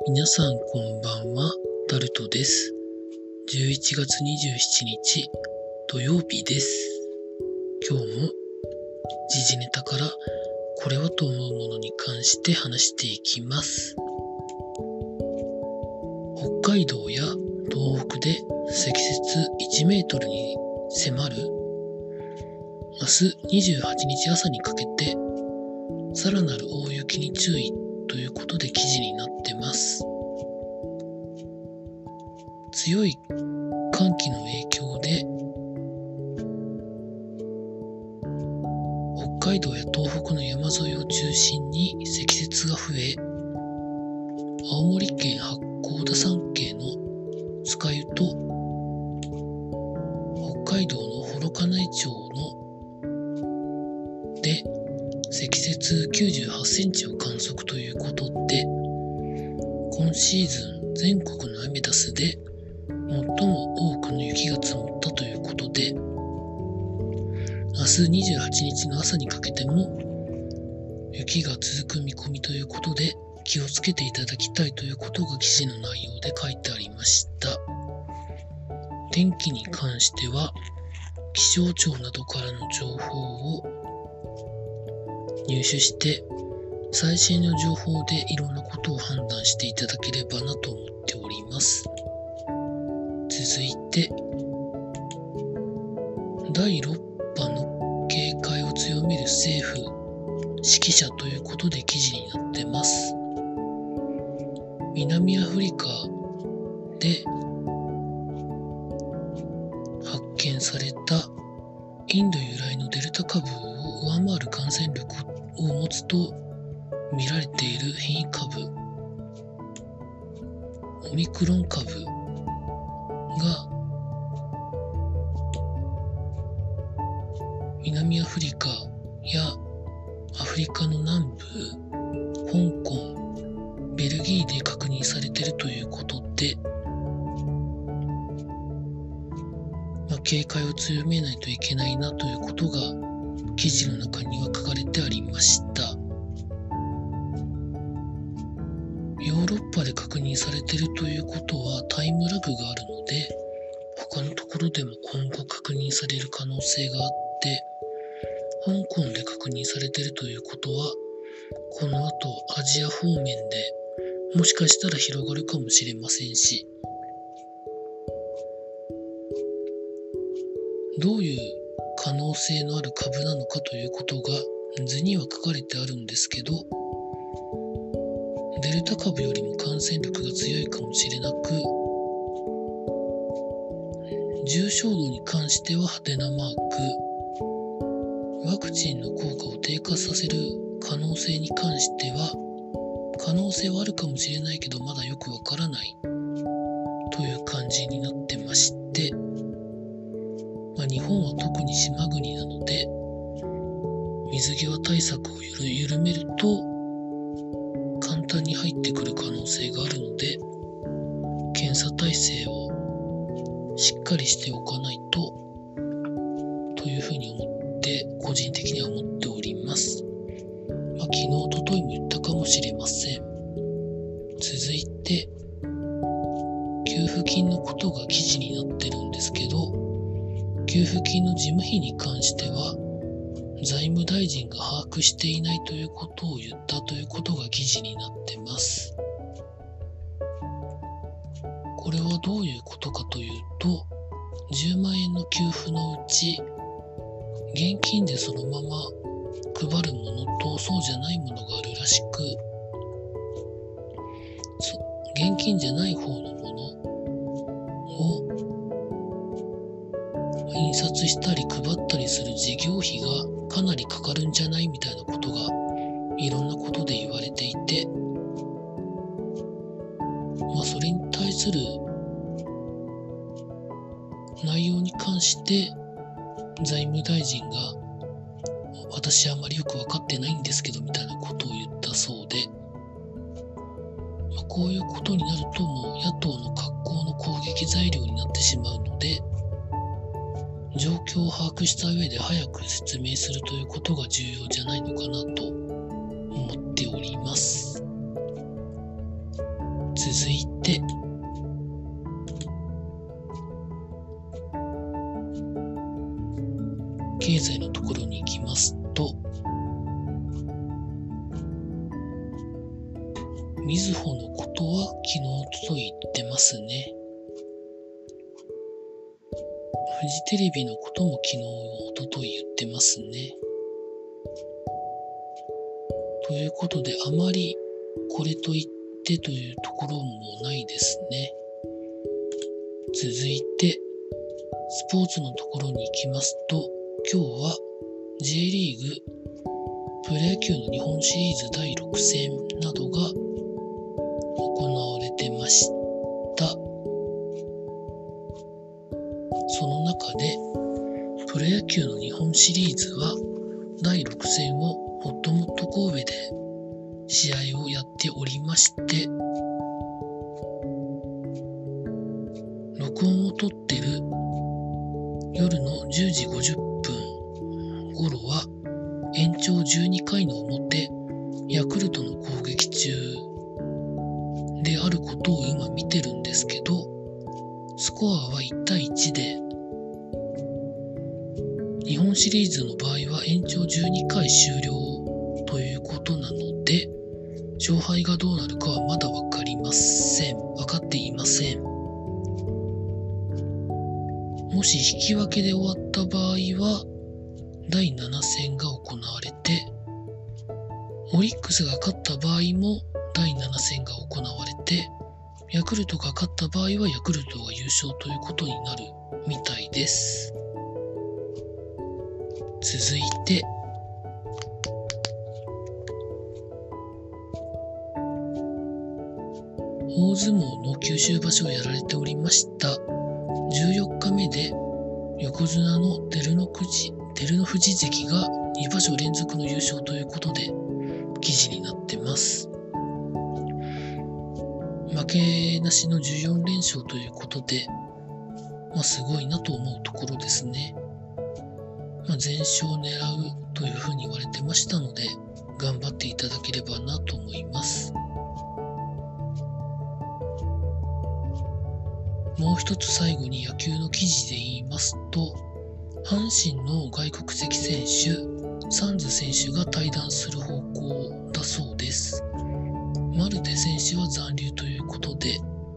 皆さんこんばんは、タルトです。11月27日土曜日です。今日も時事ネタからこれはと思うものに関して話していきます。北海道や東北で積雪1メートルに迫る明日28日朝にかけてさらなる大雪に注意ということで記事になってます。強い寒気の影響で北海道や東北の山沿いを中心に積雪が増え、青森県八甲田山系の酸ヶ湯と北海道の幌加内町ので積雪98センチを観測ということで、今シーズン全国のアメダスで最も多くの雪が積もったということで、明日28日の朝にかけても雪が続く見込みということで、気をつけていただきたいということが記事の内容で書いてありました。天気に関しては気象庁などからの情報を入手して最新の情報でいろんなことを判断していただければなと思っております。続いて第6波の警戒を強める政府識者ということで記事になってます。南アフリカで発見されたインド由来のデルタ株を上回る感染力を持つと見られている変異株オミクロン株が南アフリカやアフリカの南部、香港、ベルギーで確認されているということで、警戒を強めないといけないなということが記事の中には書かれてありました。ヨーロッパで確認されているということはタイムラグがあるので、他のところでも今後確認される可能性があって、香港で確認されているということはこの後アジア方面でもしかしたら広がるかもしれませんし、どういう可能性のある株なのかということが図には書かれてあるんですけど、デルタ株よりも感染力が強いかもしれなく、重症度に関してはハテナマーク、ワクチンの効果を低下させる可能性に関しては可能性はあるかもしれないけどまだよくわからないという感じになってまして、日本は特に島国なので水際対策を緩めると簡単に入ってくる可能性があるので、検査体制をしっかりしておかないというふうに思って個人的には思っております。昨日、おとといも言ったかもしれません。続いて給付金のことが記事になってるんですけど、給付金の事務費に関しては財務大臣が把握していないということを言ったということが記事になってます。これはどういうことかというと、10万円の給付のうち現金でそのまま配るものとそうじゃないものがあるらしく、現金じゃない方のものを印刷したり配ったりする事業費がかなりかかるんじゃないみたいなことがいろんなことで言われていて、それに対する内容に関して財務大臣が私あまりよく分かってないんですけどみたいなことを言ったそうで、こういうことになるともう野党の格好の攻撃材料になってしまうので、状況を把握した上で早く説明するということが重要じゃないのかなと思っております。 みずほのことは昨日と言ってますね。フジテレビのことも昨日、おととい言ってますね。ということで、あまりこれと言ってというところもないですね。続いて、スポーツのところに行きますと、今日は J リーグプロ野球の日本シリーズ第6戦などが行われてました。その中で、プロ野球の日本シリーズは第6戦をホットモット神戸で試合をやっておりまして、録音を撮ってる夜の10時50分頃は延長12回の表、ヤクルトの攻撃中であることを今見てるんですけど、スコアは1対1で、日本シリーズの場合は延長12回終了ということなので、勝敗がどうなるかはまだ分かっていません。もし引き分けで終わった場合は、第7戦が行われて、オリックスが勝った場合も第7戦が行われて、ヤクルトが勝った場合はヤクルトが優勝ということになるみたいです。続いて、大相撲の九州場所をやられておりました14日目で横綱の照ノ富士関が2場所連続の優勝ということで記事になってます。負けなしの14連勝ということで、すごいなと思うところですね。全勝を狙うというふうに言われてましたので、頑張っていただければなと思います。もう一つ最後に野球の記事で言いますと、阪神の外国籍選手、サンズ選手が退団する方向だそうです。マルテ選手は残留ということで、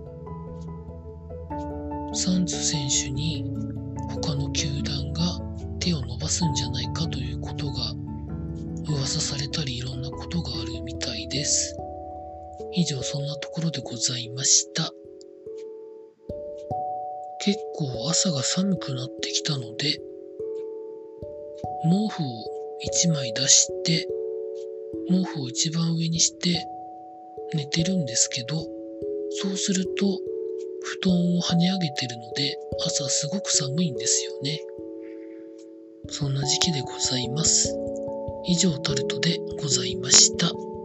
サンズ選手に他の球団が手を伸ばすんじゃないかということが噂されたり、いろんなことがあるみたいです。以上、そんなところでございました。結構朝が寒くなってきたので、毛布を1枚出して、毛布を一番上にして寝てるんですけど、そうすると布団を跳ね上げてるので朝すごく寒いんですよね。そんな時期でございます。以上タルトでございました。